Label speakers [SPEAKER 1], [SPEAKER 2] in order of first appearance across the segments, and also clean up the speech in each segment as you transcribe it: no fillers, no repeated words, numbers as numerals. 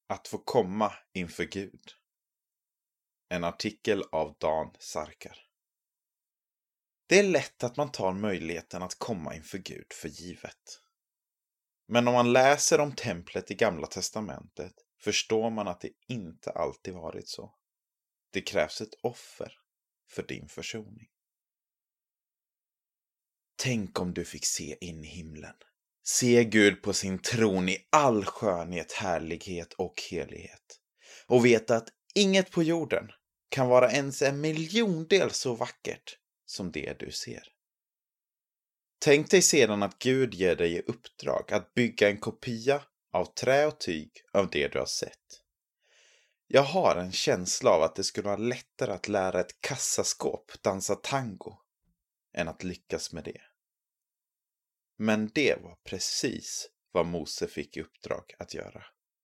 [SPEAKER 1] Att få komma inför Gud. En artikel av Dan Sarkar. Det är lätt att man tar möjligheten att komma inför Gud för givet. Men om man läser om templet i Gamla testamentet förstår man att det inte alltid varit så. Det krävs ett offer för din försoning. Tänk om du fick se in i himlen. Se Gud på sin tron i all skönhet, härlighet och helighet. Och veta att inget på jorden kan vara ens en miljondel så vackert som det du ser. Tänk dig sedan att Gud ger dig i uppdrag att bygga en kopia av trä och tyg av det du har sett. Jag har en känsla av att det skulle vara lättare att lära ett kassaskåp dansa tango än att lyckas med det. Men det var precis vad Mose fick i uppdrag att göra.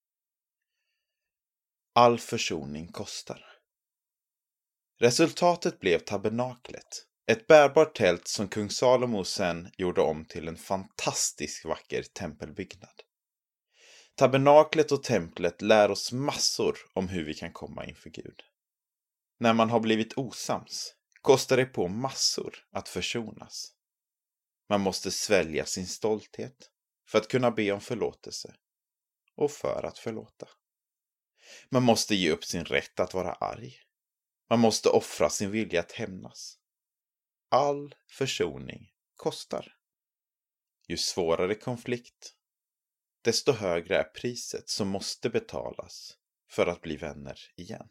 [SPEAKER 1] All försoning kostar. Resultatet blev tabernaklet. Ett bärbart tält som kung Salomo sen gjorde om till en fantastiskt vacker tempelbyggnad. Tabernaklet och templet lär oss massor om hur vi kan komma inför Gud. När man har blivit osams kostar det på massor att försonas. Man måste svälja sin stolthet för att kunna be om förlåtelse och för att förlåta. Man måste ge upp sin rätt att vara arg. Man måste offra sin vilja att hämnas. All försoning kostar. Ju svårare konflikt, desto högre är priset som måste betalas för att bli vänner igen.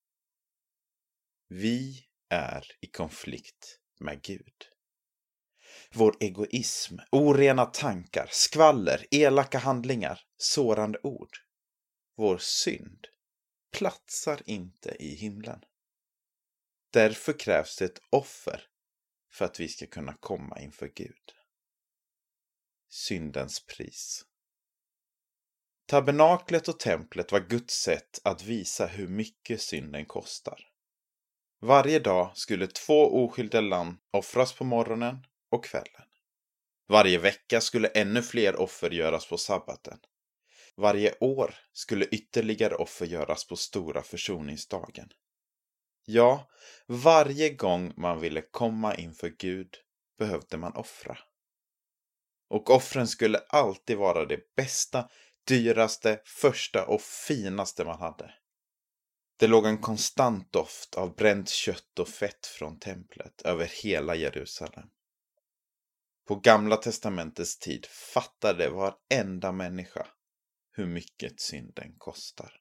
[SPEAKER 1] Vi är i konflikt med Gud. Vår egoism, orena tankar, skvaller, elaka handlingar, sårande ord. Vår synd platsar inte i himlen. Därför krävs det ett offer för att vi ska kunna komma inför Gud. Syndens pris. Tabernaklet och templet var Guds sätt att visa hur mycket synden kostar. Varje dag skulle 2 oskyldiga lamm offras på morgonen och kvällen. Varje vecka skulle ännu fler offer göras på sabbaten. Varje år skulle ytterligare offer göras på stora försoningsdagen. Ja, varje gång man ville komma inför Gud behövde man offra. Och offren skulle alltid vara det bästa, dyraste, första och finaste man hade. Det låg en konstant doft av bränt kött och fett från templet över hela Jerusalem. På Gamla testamentets tid fattade varenda människa hur mycket synden kostar.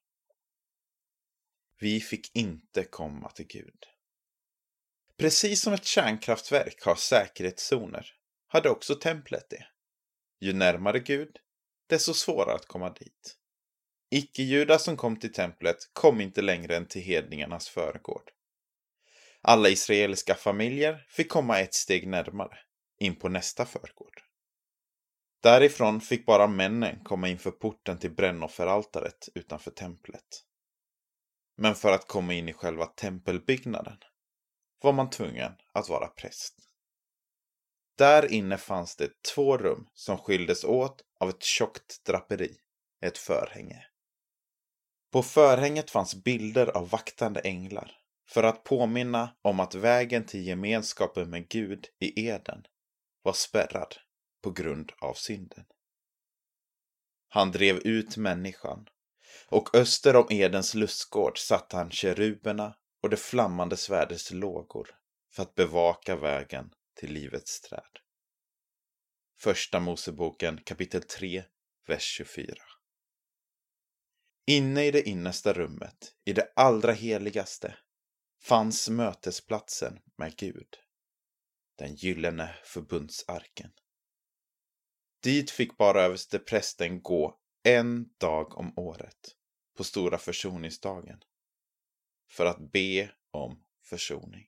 [SPEAKER 1] Vi fick inte komma till Gud. Precis som ett kärnkraftverk har säkerhetszoner hade också templet det. Ju närmare Gud, desto svårare att komma dit. Icke-judar som kom till templet kom inte längre än till hedningarnas förgård. Alla israeliska familjer fick komma ett steg närmare, in på nästa förgård. Därifrån fick bara männen komma inför porten till brännofferaltaret utanför templet. Men för att komma in i själva tempelbyggnaden var man tvungen att vara präst. Där inne fanns det 2 rum som skildes åt av ett tjockt draperi, ett förhänge. På förhänget fanns bilder av vaktande änglar för att påminna om att vägen till gemenskapen med Gud i Eden var spärrad på grund av synden. Han drev ut människan och öster om Edens lustgård satte han keruberna och det flammande svärdets lågor för att bevaka vägen till livets träd. Första Moseboken kapitel 3, vers 24. Inne i det innersta rummet, i det allra heligaste, fanns mötesplatsen med Gud, den gyllene förbundsarken. Dit fick bara översteprästen gå en dag om året, på stora försoningsdagen, för att be om försoning.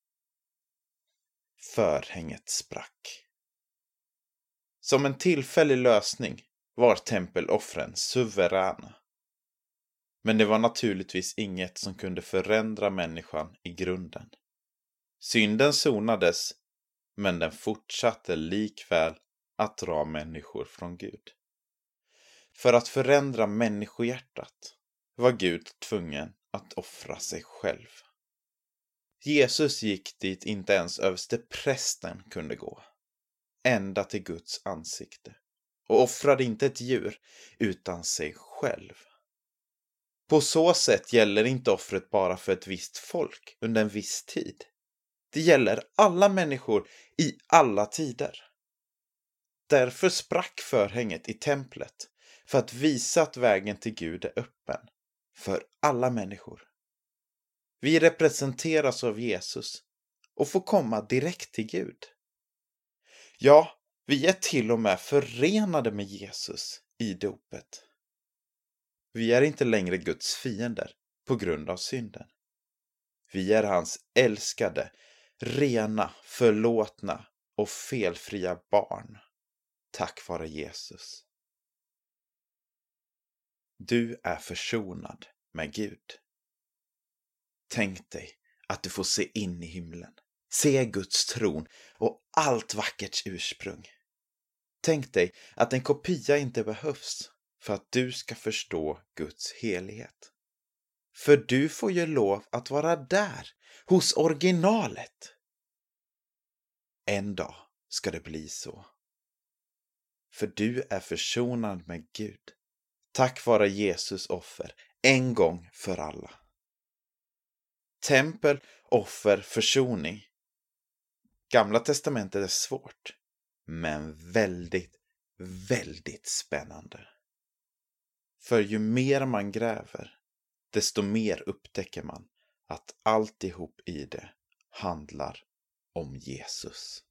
[SPEAKER 1] Förhänget sprack. Som en tillfällig lösning var tempeloffren suveräna. Men det var naturligtvis inget som kunde förändra människan i grunden. Synden sonades, men den fortsatte likväl att dra människor från Gud. För att förändra människohjärtat var Gud tvungen att offra sig själv. Jesus gick dit inte ens översteprästen kunde gå, ända till Guds ansikte, och offrade inte ett djur utan sig själv. På så sätt gäller inte offret bara för ett visst folk under en viss tid. Det gäller alla människor i alla tider. Därför sprack förhänget i templet, för att visa att vägen till Gud är öppen för alla människor. Vi representeras av Jesus och får komma direkt till Gud. Ja, vi är till och med förenade med Jesus i dopet. Vi är inte längre Guds fiender på grund av synden. Vi är hans älskade, rena, förlåtna och felfria barn. Tack vare Jesus. Du är försonad med Gud. Tänk dig att du får se in i himlen. Se Guds tron och allt vackert ursprung. Tänk dig att en kopia inte behövs för att du ska förstå Guds helighet. För du får ju lov att vara där, hos originalet. En dag ska det bli så. För du är försonad med Gud. Tack vare Jesus offer, en gång för alla. Tempel, offer, försoning. Gamla testamentet är svårt, men väldigt, väldigt spännande. För ju mer man gräver, desto mer upptäcker man att alltihop i det handlar om Jesus.